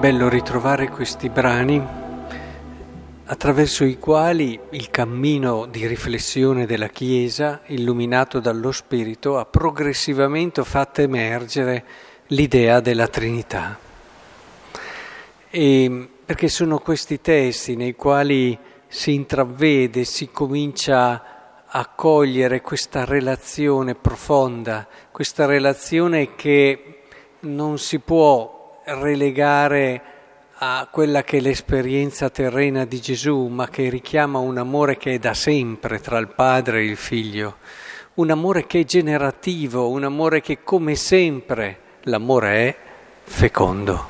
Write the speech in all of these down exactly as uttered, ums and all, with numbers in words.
bello ritrovare questi brani attraverso i quali il cammino di riflessione della Chiesa, illuminato dallo Spirito, ha progressivamente fatto emergere l'idea della Trinità. E perché sono questi testi nei quali si intravede, si comincia a cogliere questa relazione profonda, questa relazione che non si può relegare a quella che è l'esperienza terrena di Gesù, ma che richiama un amore che è da sempre tra il Padre e il Figlio, un amore che è generativo, un amore che come sempre l'amore è fecondo.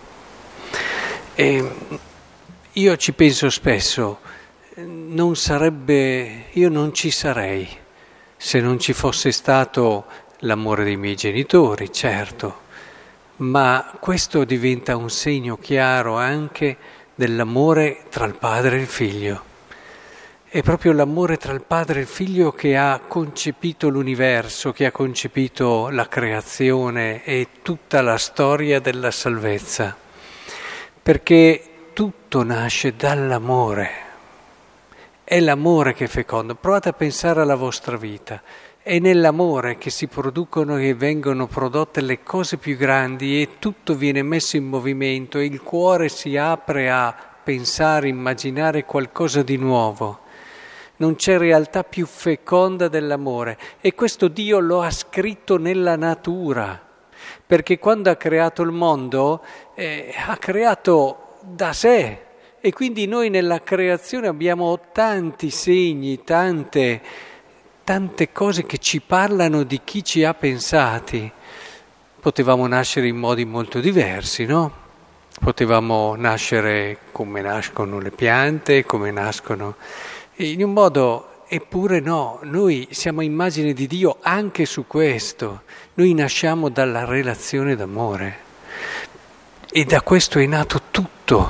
E io ci penso spesso, non sarebbe, io non ci sarei se non ci fosse stato l'amore dei miei genitori, certo, ma questo diventa un segno chiaro anche dell'amore tra il Padre e il Figlio. È proprio l'amore tra il Padre e il Figlio che ha concepito l'universo, che ha concepito la creazione e tutta la storia della salvezza, perché tutto nasce dall'amore. È l'amore che è fecondo. Provate a pensare alla vostra vita. È nell'amore che si producono e vengono prodotte le cose più grandi e tutto viene messo in movimento e il cuore si apre a pensare, immaginare qualcosa di nuovo. Non c'è realtà più feconda dell'amore e questo Dio lo ha scritto nella natura, perché quando ha creato il mondo eh, ha creato da sé e quindi noi nella creazione abbiamo tanti segni, tante... tante cose che ci parlano di chi ci ha pensati. Potevamo nascere in modi molto diversi, no? Potevamo nascere come nascono le piante, come nascono in un modo, eppure no, noi siamo immagine di Dio anche su questo. Noi nasciamo dalla relazione d'amore e da questo è nato tutto.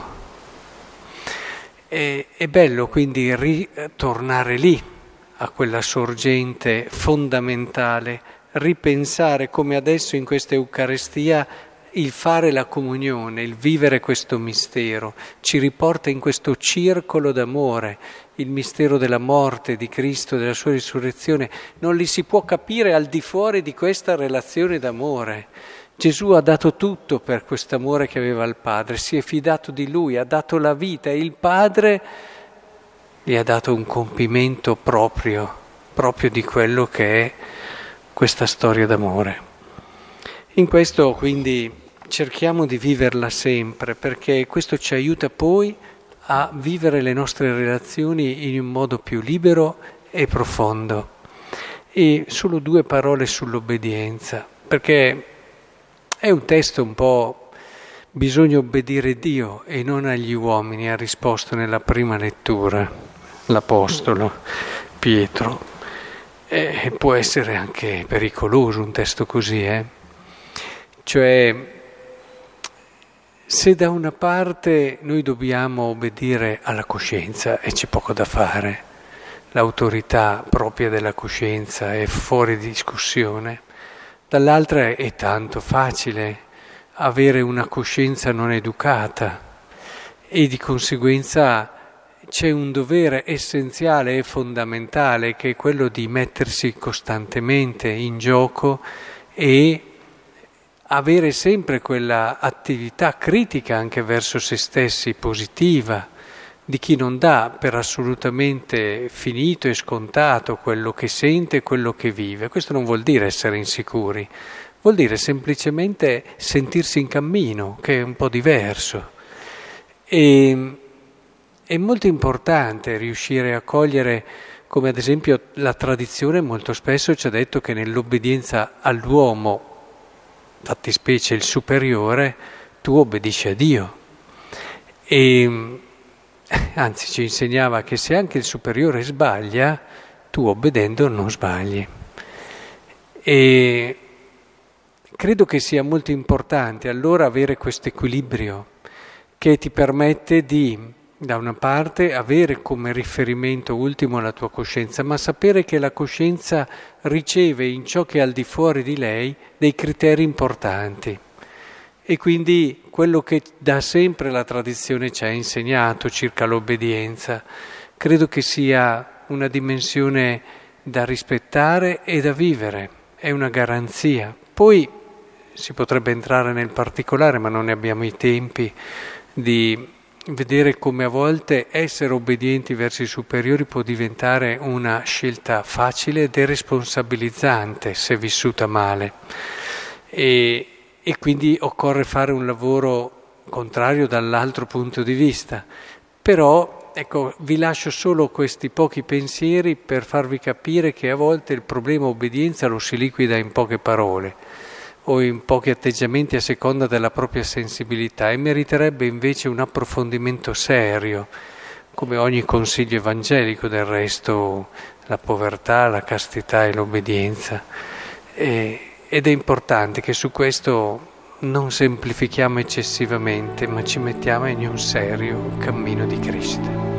E, è bello quindi ritornare lì, a quella sorgente fondamentale, ripensare come adesso in questa Eucaristia il fare la comunione, il vivere questo mistero, ci riporta in questo circolo d'amore, il mistero della morte di Cristo, della sua risurrezione, non li si può capire al di fuori di questa relazione d'amore. Gesù ha dato tutto per quest'amore che aveva al Padre, si è fidato di Lui, ha dato la vita e il Padre gli ha dato un compimento proprio, proprio di quello che è questa storia d'amore. In questo quindi cerchiamo di viverla sempre, perché questo ci aiuta poi a vivere le nostre relazioni in un modo più libero e profondo. E solo due parole sull'obbedienza, perché è un testo un po'... bisogna obbedire Dio e non agli uomini, ha risposto nella prima lettura l'Apostolo Pietro. E può essere anche pericoloso un testo così, eh? Cioè, se da una parte noi dobbiamo obbedire alla coscienza e c'è poco da fare, l'autorità propria della coscienza è fuori discussione, dall'altra è tanto facile avere una coscienza non educata e di conseguenza c'è un dovere essenziale e fondamentale che è quello di mettersi costantemente in gioco e avere sempre quella attività critica anche verso se stessi, positiva, di chi non dà per assolutamente finito e scontato quello che sente e quello che vive. Questo non vuol dire essere insicuri, vuol dire semplicemente sentirsi in cammino, che è un po' diverso. E è molto importante riuscire a cogliere, come ad esempio la tradizione molto spesso ci ha detto che nell'obbedienza all'uomo, fattispecie il superiore, tu obbedisci a Dio. E anzi ci insegnava che se anche il superiore sbaglia, tu obbedendo non sbagli. E credo che sia molto importante allora avere questo equilibrio che ti permette di, da una parte, avere come riferimento ultimo la tua coscienza, ma sapere che la coscienza riceve in ciò che è al di fuori di lei dei criteri importanti. E quindi quello che da sempre la tradizione ci ha insegnato circa l'obbedienza, credo che sia una dimensione da rispettare e da vivere, è una garanzia. Poi si potrebbe entrare nel particolare, ma non ne abbiamo i tempi, di vedere come a volte essere obbedienti verso i superiori può diventare una scelta facile e deresponsabilizzante se vissuta male. E, e quindi occorre fare un lavoro contrario dall'altro punto di vista. Però, ecco, vi lascio solo questi pochi pensieri per farvi capire che a volte il problema obbedienza lo si liquida in poche parole o in pochi atteggiamenti a seconda della propria sensibilità e meriterebbe invece un approfondimento serio, come ogni consiglio evangelico del resto, la povertà, la castità e l'obbedienza. E, ed è importante che su questo non semplifichiamo eccessivamente, ma ci mettiamo in un serio cammino di crescita.